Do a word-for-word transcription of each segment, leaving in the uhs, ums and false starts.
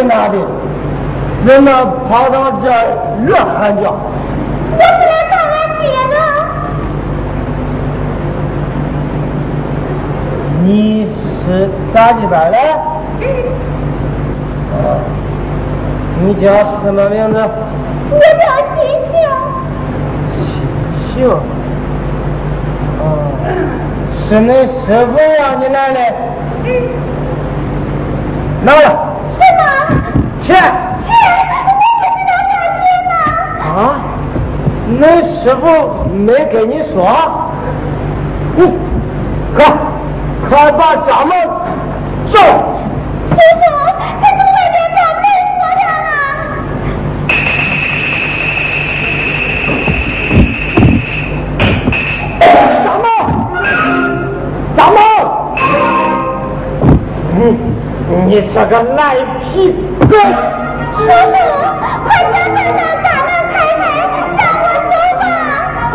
哪的？怎么跑到这儿热喊叫？ 我是来找俺爹的。 你是咋这边来？ 嗯。 哦，你叫什么名字？ 我叫新秀。 新秀。哦，是恁师傅让你来的。 嗯。 拿了。 什么？ 钱。 钱？我不知道拿钱呢。 啊？恁师傅没跟你说？嗯，快，快把家门走。 师傅，他从外边把门锁上了。 大毛，大毛，你你是个赖皮狗！ 叔叔，快想办法把门开开，让我走吧。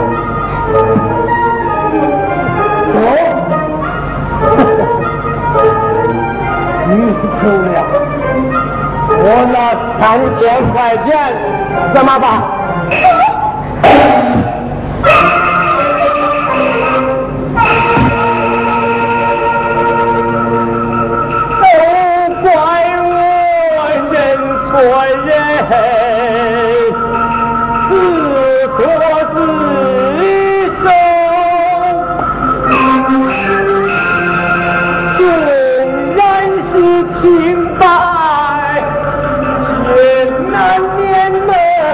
走？你走了，我拿三千块钱怎么办？我人自作自受，纵然是清白，也难免能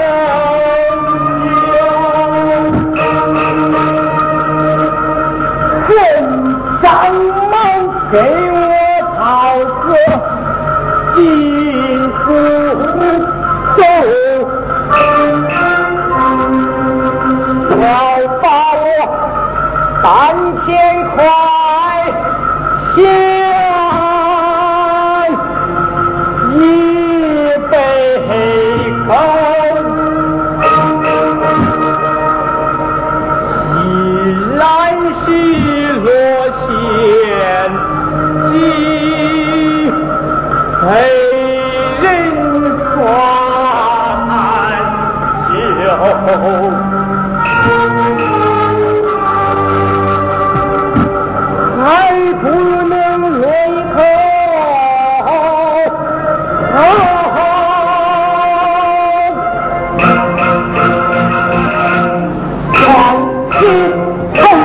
有。恨张猛给我讨个金福州，要把我三千块钱一杯口，既然是落县计，陪人算酒。还不能落一口，双起头。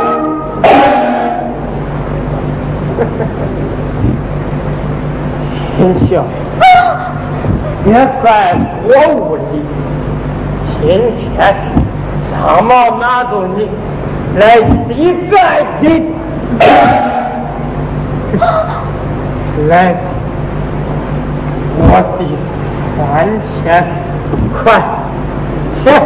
天笑，别在我屋里，今天张毛拿住你，来抵债的。来，我的三千块钱。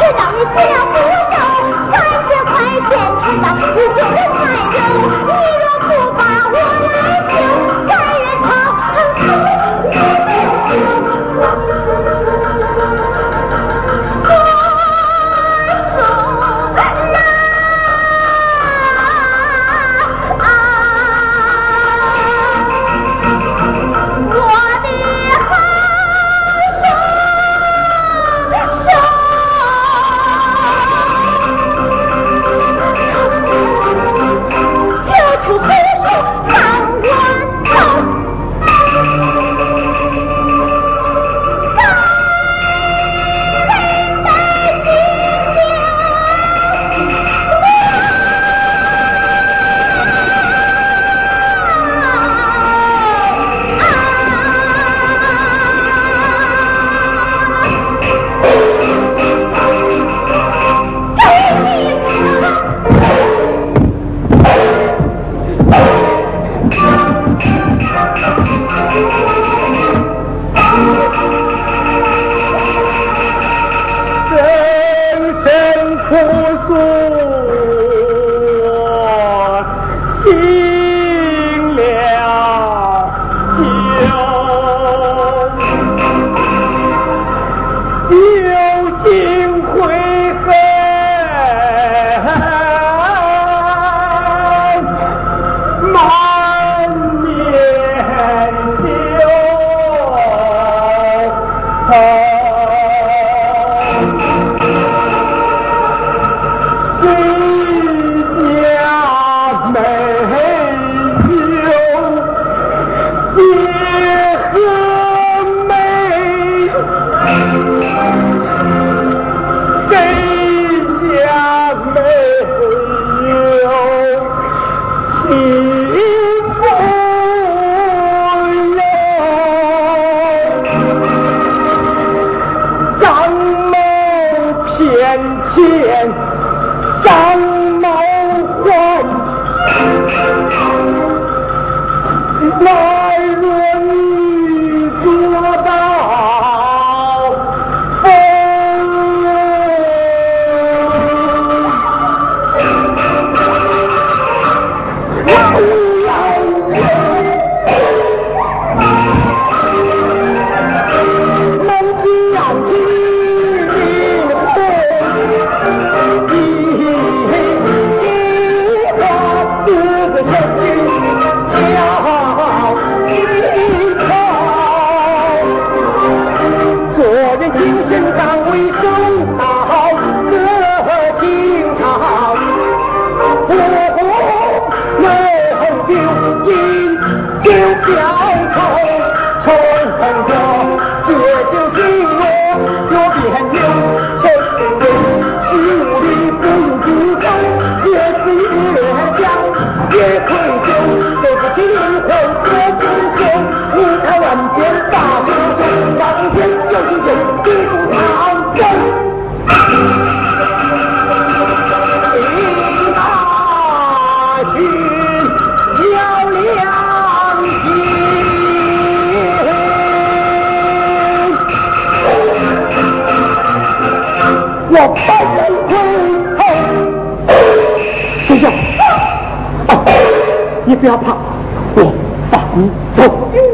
不要怕，我放你走。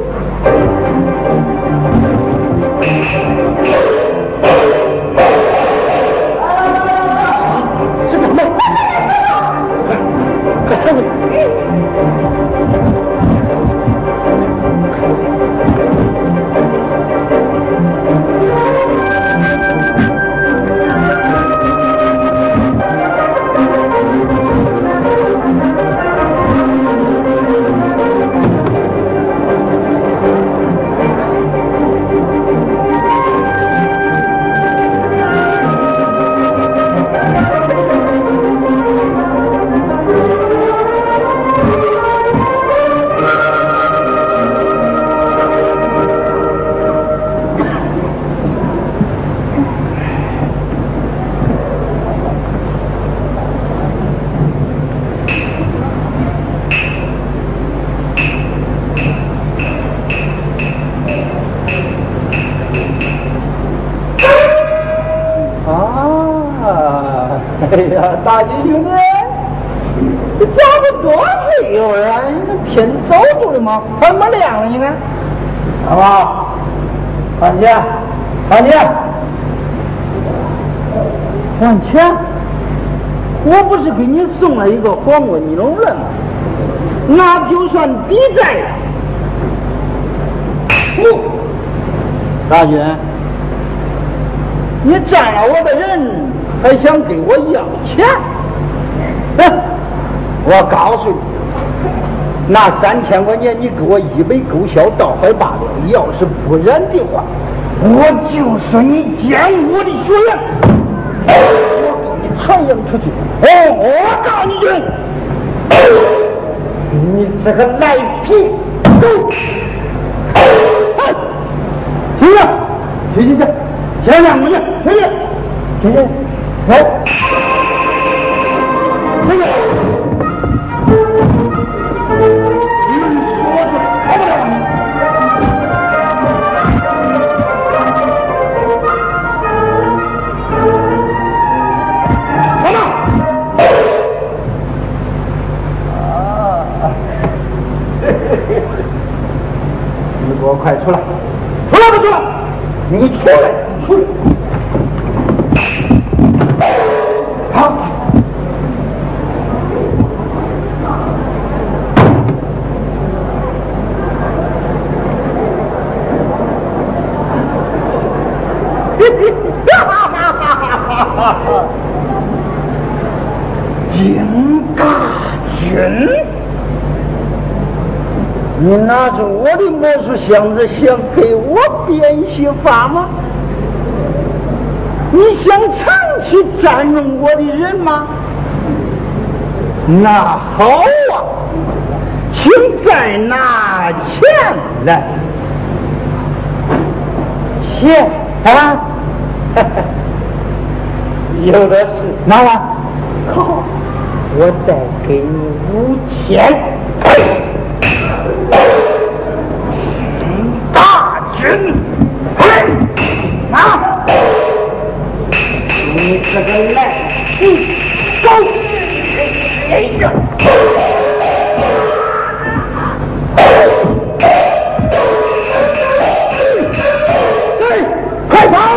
是什么？快撤回去！ 哎呀，大姐兄弟，你找不多会儿啊？你们天早住的吗？还没亮了，你看。 好吧，还钱，还钱， 还钱？我不是给你送了一个黄瓜尼龙了吗？那就算抵债了。不，大军，你占了我的人，还想给我要钱？哼！我告诉你，那三千块钱你给我一杯勾销倒还罢了，要是不然的话，我就说你奸我的学员，我给你传扬出去。哦，我告你去， 你这个赖皮狗！ 行了，行行行，先让我去，去去，去去，来，这个。你给我快出来！出来不出来？你出来！出来！好。丁大军，你拿着我的魔术箱子想给我变戏法吗？你想长期占用我的人吗？那好啊，请再拿钱来。钱啊， 有的是。 拿来。 好，我再给你五千。 大军，拿！ 你这个赖皮狗！哎呀！ 对，快跑！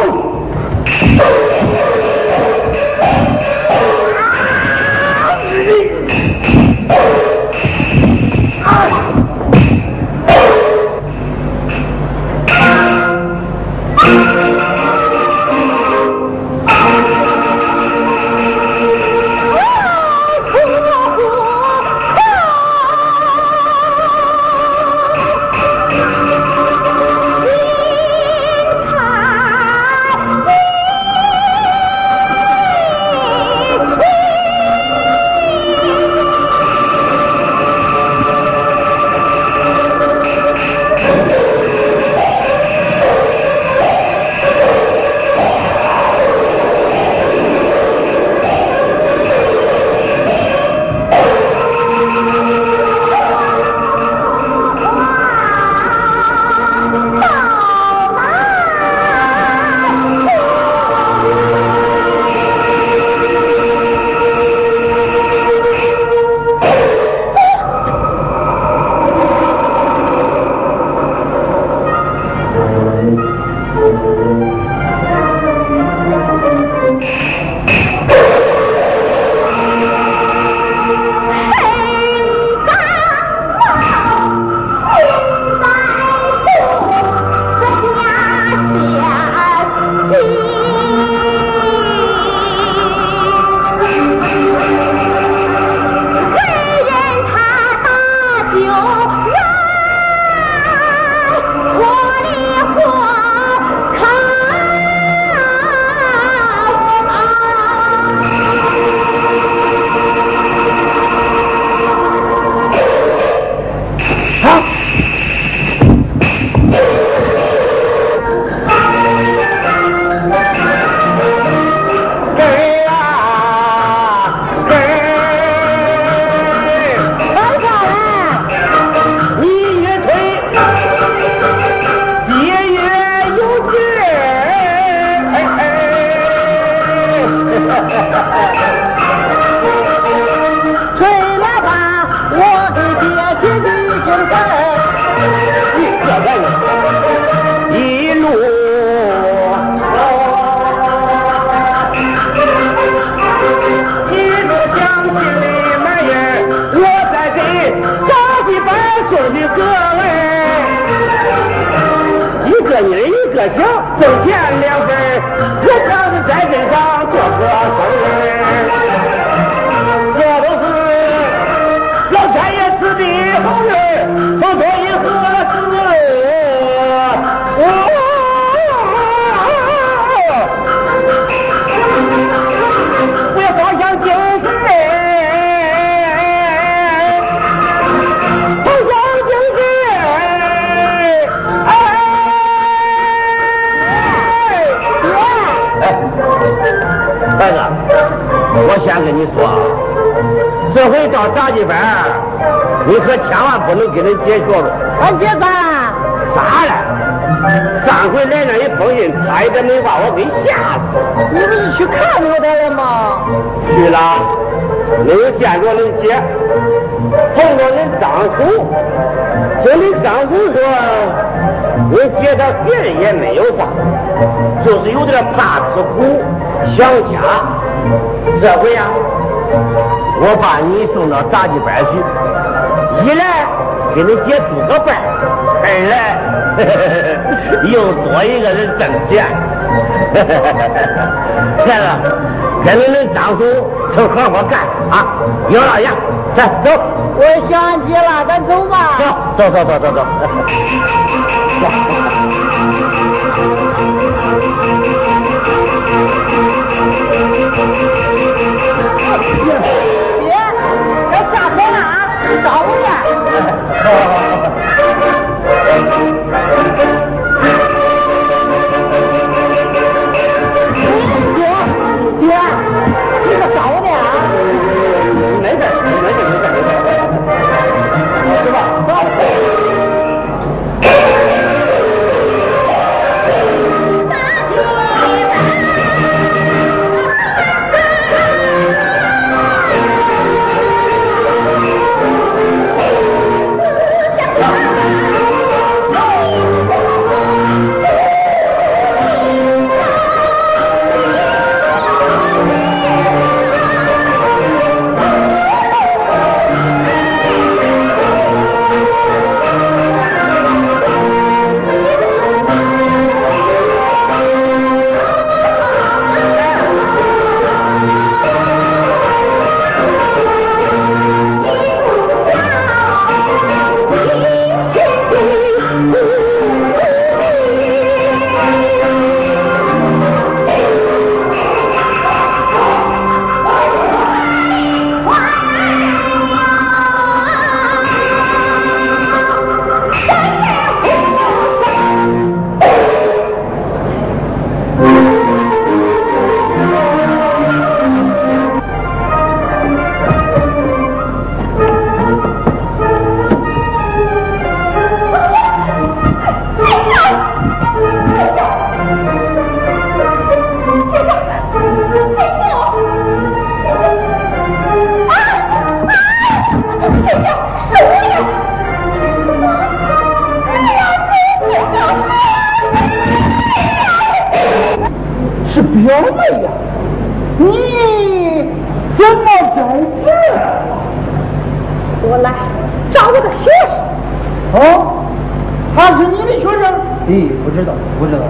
个行，挣钱两份，我常是在镇上做个生意，这都是老天爷赐的好人，都多以合适。哦，我也方向精神，方向精神。孩子，我先跟你说，这回到杂技班，你可千万不能跟人姐学了。 我姐夫， 咋了？上回来那一封信，差一点没把我给吓死。 你不是去看过他了吗？ 去了，没有见着人姐，碰到人张叔，听你张叔说，你姐她别人也没有啥，就是有点怕吃苦，想家。这回呀、啊，我把你送到杂技班去，一来给你姐助个伴，二来呵呵又多一个人挣钱。孩子，跟着人张叔凑合伙干啊！咬老牙，咱走。 我想姐了，咱走吧。 走走走走走走。走姐，要下班了啊，你找我呀。爹，爹，你可找我呢啊？ 没事，没事，没事，没事，是吧？走。 表妹呀，你怎么在这儿？ 我来找我的学生。 哦，他是你的学生？咦，不知道，不知道。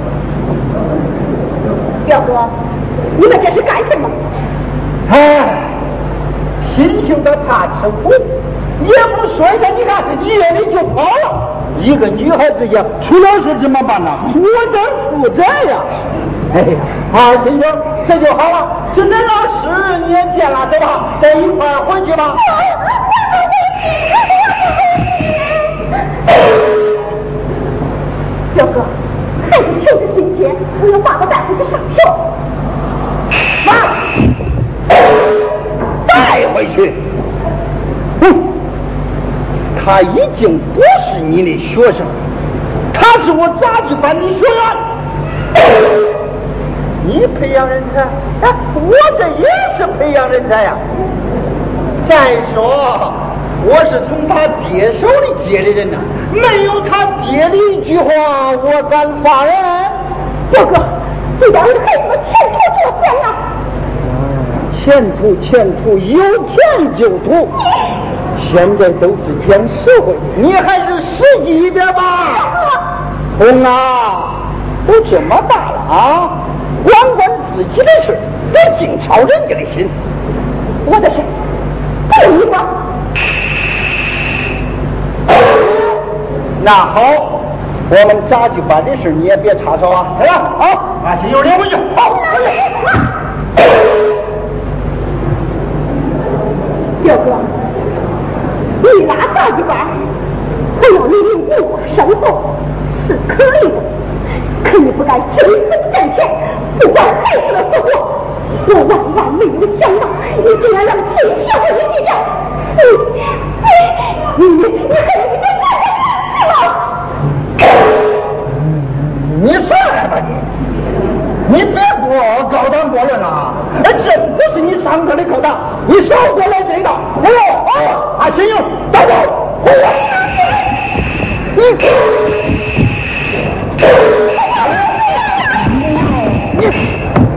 表哥，你们这是干什么？ 哎，心性的怕吃苦，也不说他，你看夜里就跑了。一个女孩子家出了事怎么办呢？我得负责呀。哎呀，好，行行，这就好了。这任老师你也见了，对吧？咱一块儿回去吧。 表哥，孩子求着今天，我要把他带回去上学。 妈，带回去。哼，他已经不是你的学生，他是我杂技班的学员。你培养人才，哎，我这也是培养人才呀。再说，我是从他爹手里接的人呐，没有他爹的一句话，我敢发人。 表哥，你让你孩子们前途着想啊！ 前途，前途，有钱就图。现在都是讲社会，你还是实际一点吧。红啊， 都这么大了啊，管管自己的事，别净操人家的心。 我的事不用你管。 那好，我们杂技班的事你也别插手啊，来吧，好，把心又领回去。好，回去。 表哥，你拉杂技班，我要你领五花生活是可以的，可你不该真死挣钱，不管孩子的死活。我万万没有想到，你竟然让秦小为你这，你你你你还有你的干的是吗？ 你上来吧你，你别给我高谈阔论啊！这不是你上课的课堂，你少过来这个。哎呦，啊，阿新勇，大哥，回来！你你。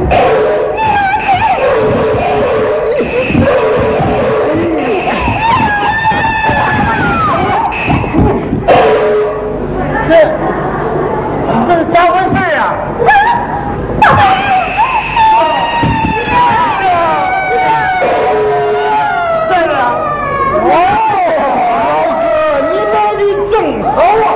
这这是咋回事啊？在这儿。哦，老哥，你来的正好啊。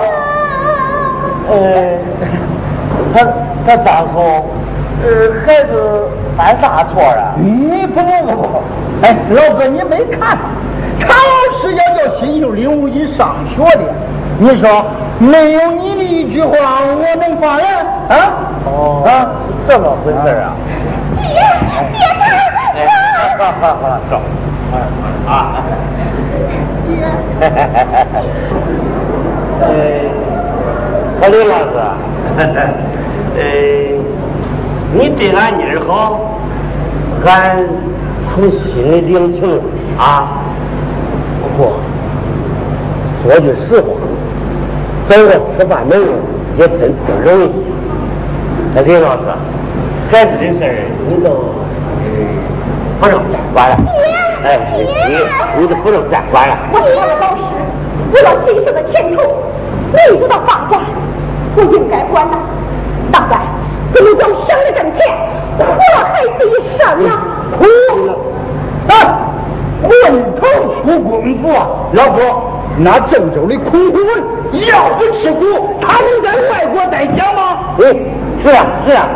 呃，他他丈夫，呃，孩子犯啥错啊？你不不不不，哎，老哥你没看，常老师要叫新秀领五级上学的。你说没有你的一句话，我能发人啊？哦，啊，是这么回事啊？ 别别他！ 好好好，走，啊， 姐， 呃，我刘老师，呃，你对俺妮儿好，俺从心里领情啊。不过说句实话。找个吃饭没用，也真不容易。那李老师，孩子的事儿你都不用再管了。哎，你你都不用再管了。 我是他的老师，为了今生的前途，未得到发展，我应该管了。当然，不能光省着挣钱，苦了孩子一生啊！ 苦啊！混头出功夫啊！老哥，那郑州的孔虎文要不吃苦，他能在外国待讲吗？ 嗯，是啊，是啊。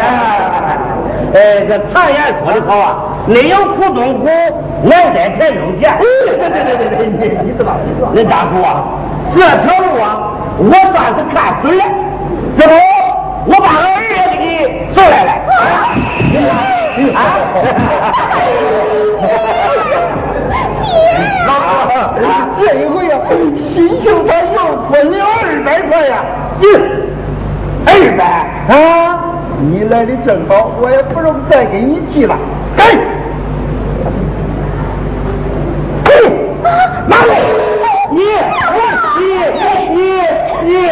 呃，这常言说的好啊，没有苦中苦，难在田中见。 对对对对对，你你知道，你知道。 恁大叔啊，这条路啊，我算是看准了。这不，我把俺儿也给你送来了。啊！ 啊！这一回啊，新秀他又分了二百块呀！ 咦，二百啊！你来的正好，我也不用再给你寄了。给，给，拿来！ 你，你，你，你，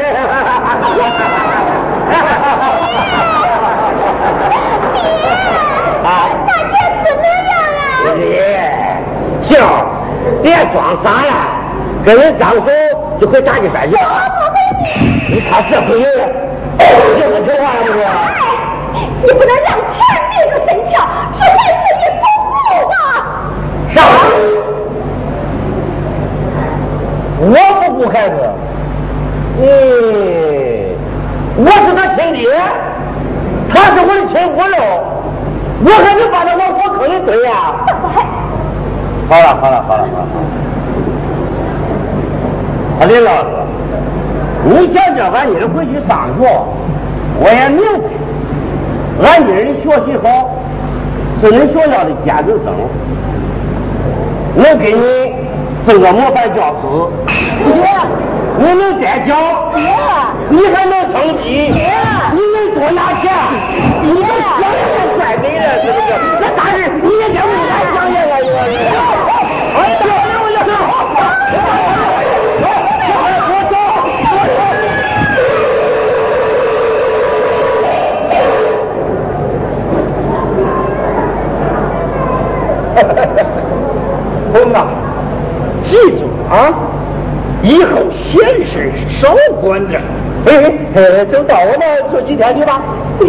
啊！ 大钱怎么样呀？ 你，秀，别装傻了，跟人张手就回大鸡班去。你看这回人，这个听话了不是？ 哎，你不能让钱迷住心窍，是害死你父母的。 啥？我不顾孩子？嗯，我是他亲爹，他是我的亲骨肉，我还能把他往火坑里堆呀？好了好了好了好了，啊，林老师，你想叫俺妮儿回去上学，我也明白，俺妮儿的学习好，是恁学校的尖子生，能给你挣个模范教师。 爹， 你能带教， 爹， 你还能升级， 爹， 你能多拿钱，你这想也怪美了，是不是？那大人你也叫我来想想啊，你哎，教我我就好，我走， 我走。红啊，记住啊！以后闲事少管着， 哎哎，就到我们做几天去吧。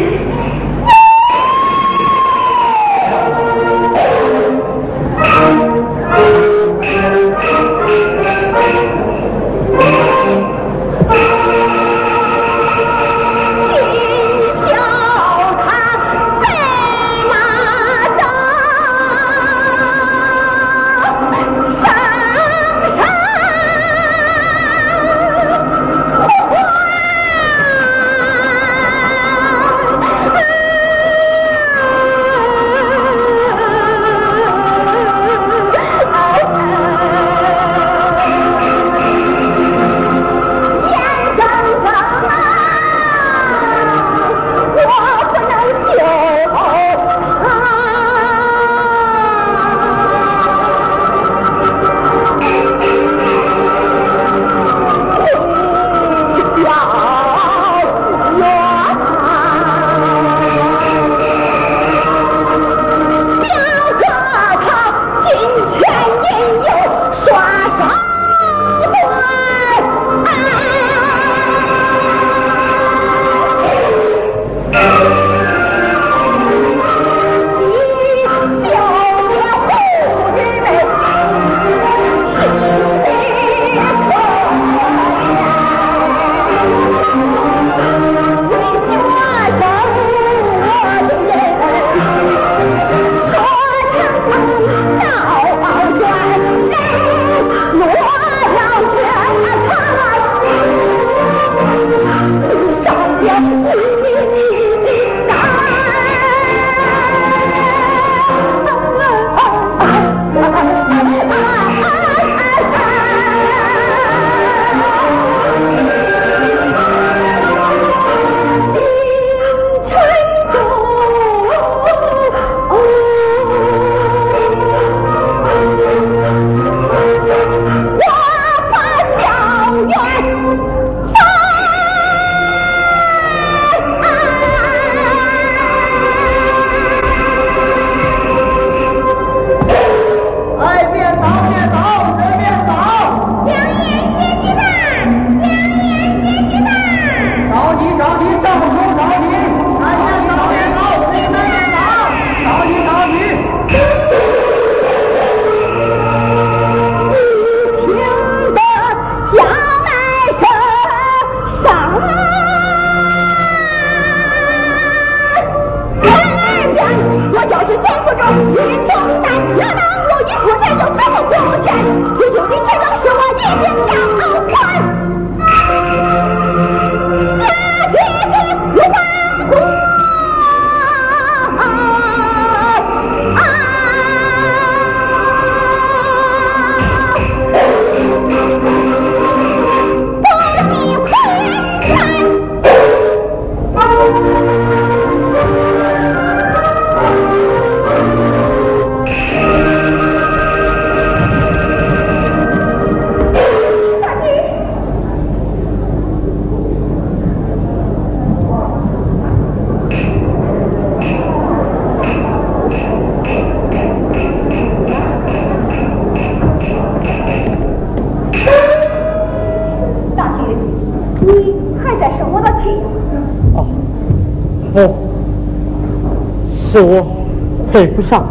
是我配不上。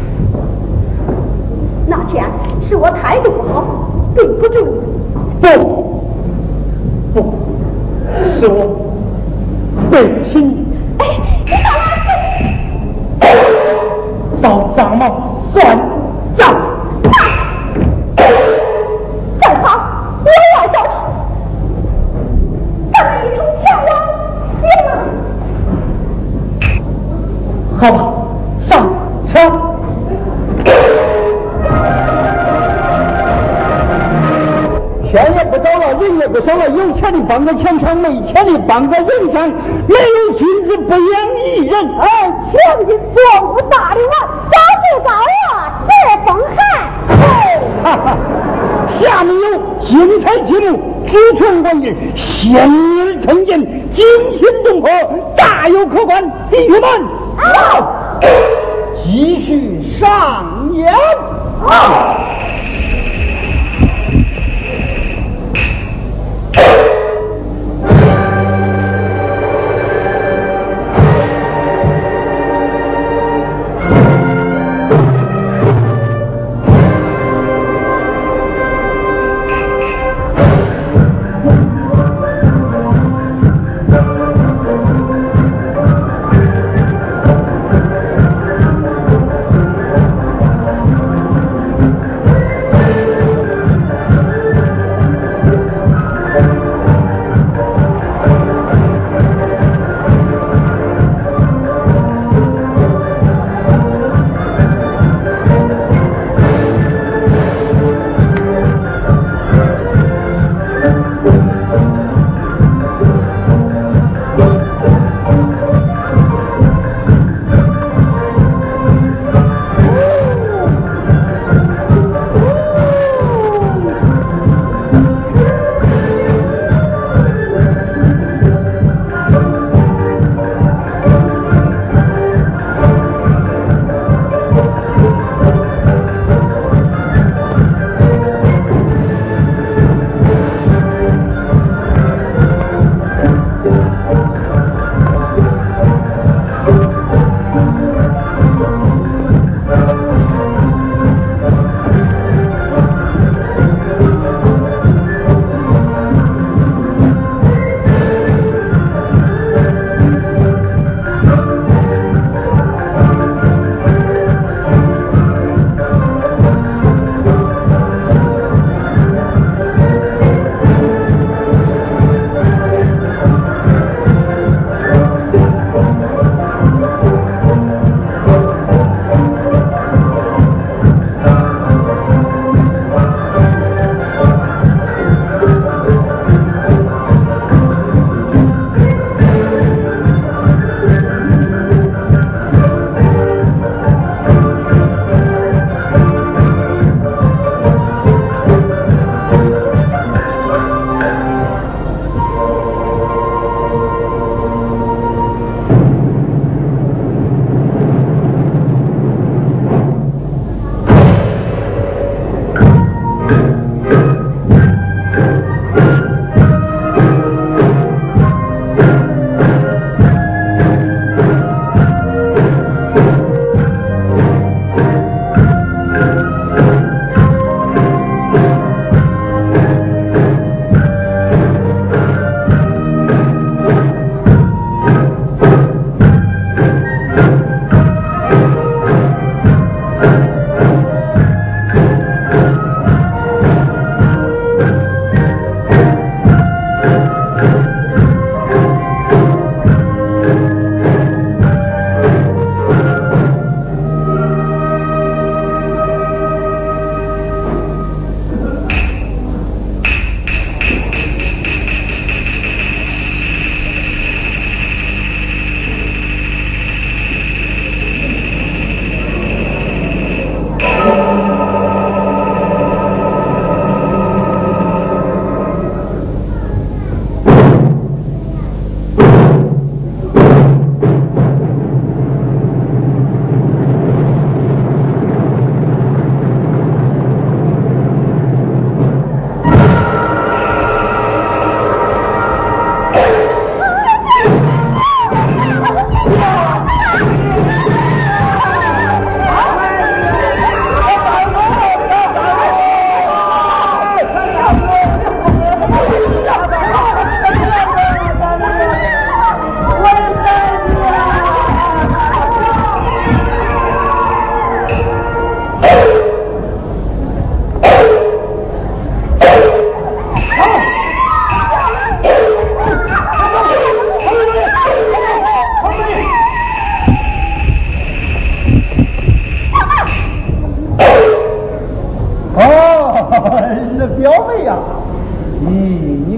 那天是我态度不好，对不住你。 不，不，是我对不起你。 哎，你干嘛？ 找账目算账。 再跑，我也要走。咱们一同前往，行吗？ 好吧，上车。天也不早了，人也不少了，有钱的帮个钱场，没钱的帮个人场，没有君子不养艺人。 哎，前进做不大的我，早就早了，这风寒。 哈哈，下面有精彩节目，只传观音，仙女成见，惊心动魄，大有可观。弟兄们，好，继续上演。好。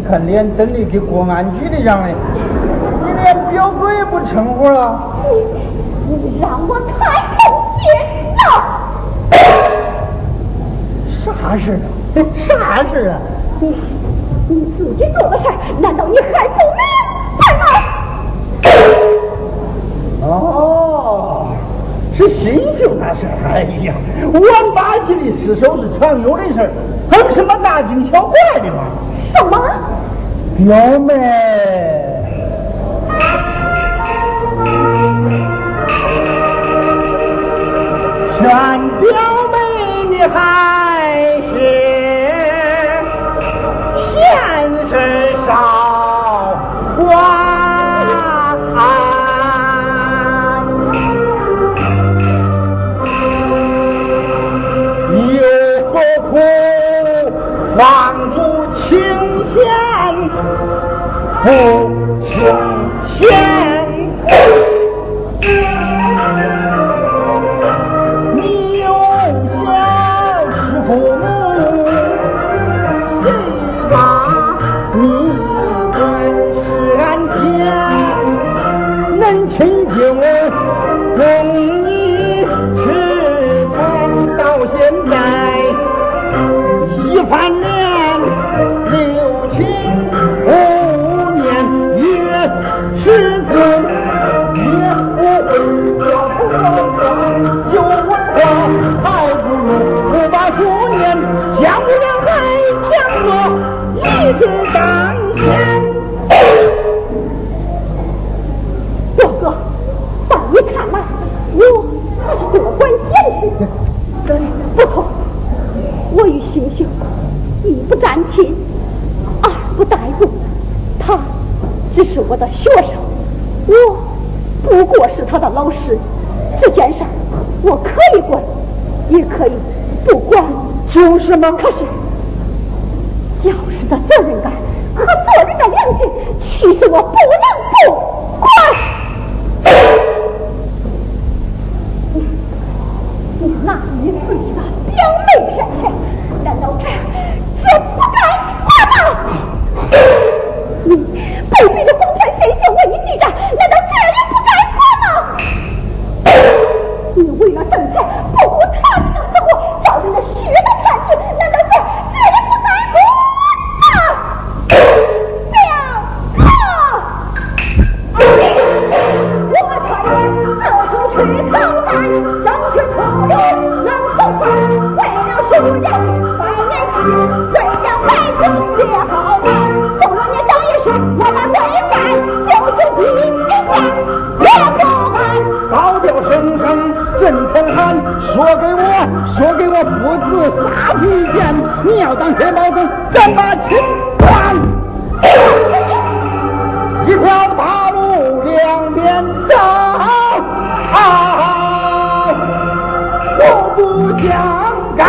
看脸真的跟公安局的样嘞，你连表哥也不称呼了。 你你让我开口见了。 啥事啊？啥事啊？ 你你自己做的事儿，难道你还不明白吗？ 哦，是新秀那事儿。哎呀，王八旗的失手是常有的事儿，还有什么大惊小怪的吗？ 什么？ 表妹，劝表妹你还是现实少花。放逐清闲不清闲，你有小是父母，谁把你管是安天？能亲近我供你吃穿到现在，一翻脸六亲五年月十字，也不会叫不了光，有文化还不如不把数年，江湖人还讲我一直当先。 表哥，在你看来，我只是多管闲事。不错，我与星星一不沾亲，二不带故，他只是我的学生，我不过是他的老师。这件事我可以管，也可以不管， 就是吗？ 可是教师的责任感和做人的良心，驱使我不能不管。你你拿你自己的表妹骗钱，难道这这不该管吗？你卑鄙的哄骗先生为你记账，难道这也不该管吗？你为了挣钱不顾他人的死活，叫人的血的惨事，难道这这也不该管吗？表哥，我劝你自书去投丹，争取出路能送饭，为了书人百年期，为养百姓别好难。不如你等一时，我把罪犯就是你的家，别不安。 高调声声震天寒，说给我说给我父子杀皮剑，你要当铁包子咱把情关，一条大路两边走，互不相干。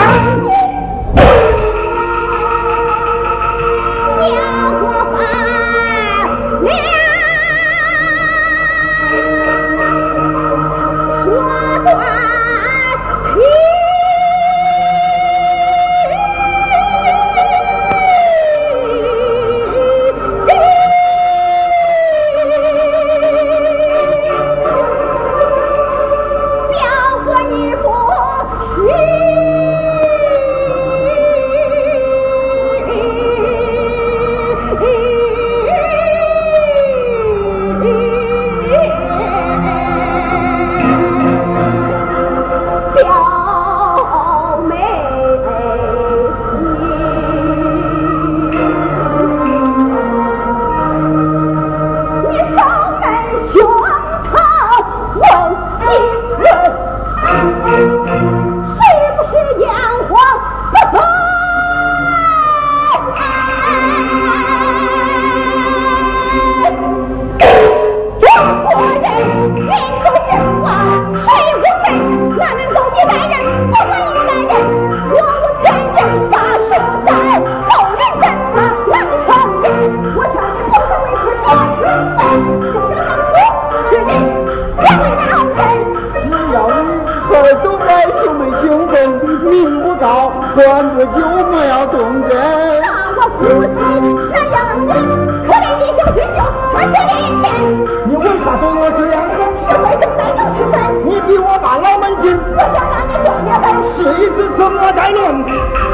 官不久莫要动真。 和夫妻那样的，可怜的小军就全是连天。 你为啥对我这样？ 是为正带有区分。 你比我把老门进， 我想让你多些分。 是一之词莫再论，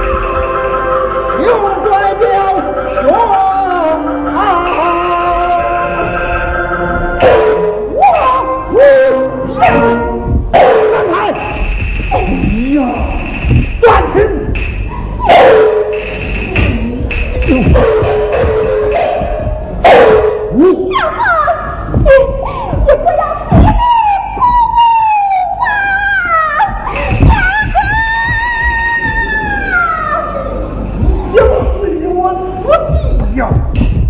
就代表说啊，我我是。看看，哎呀，断情！你， 小哥，你你不要气你不啊！小哥， 就是我自己呀！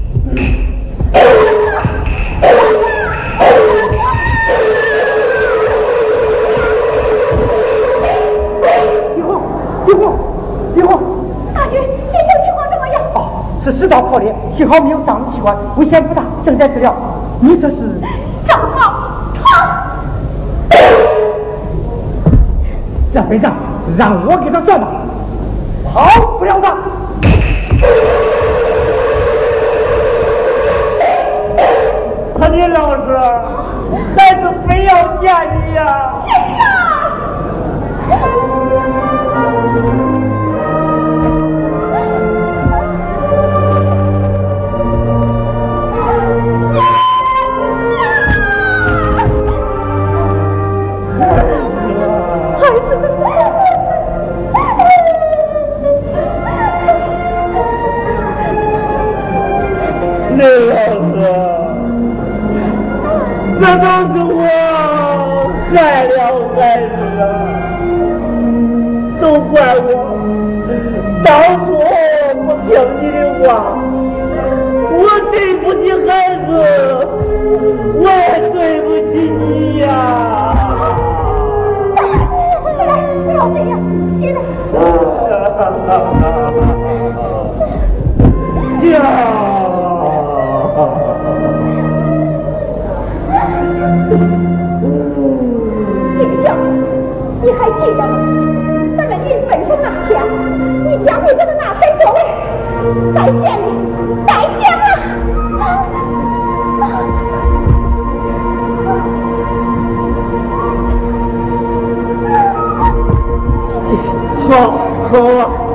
李红，李红， 大军，现在情况怎么样？ 哦，是食道破裂，幸好没有上气管，危险不大，正在治疗。你这是？ 正好，好。 这笔账让我给他算吧。好，不要账。 他李老师，孩子非要见你呀！ 天哪！ 李老师，这都是我害了孩子啊，都怪我当初不听你的话，我对不起孩子，我也对不起你呀。 起来，不要这样，起来。 呀。 秦孝，你还记得吗？咱们临分手那天，你将会给他拿谁作为？再见了，再见了。 好，好啊。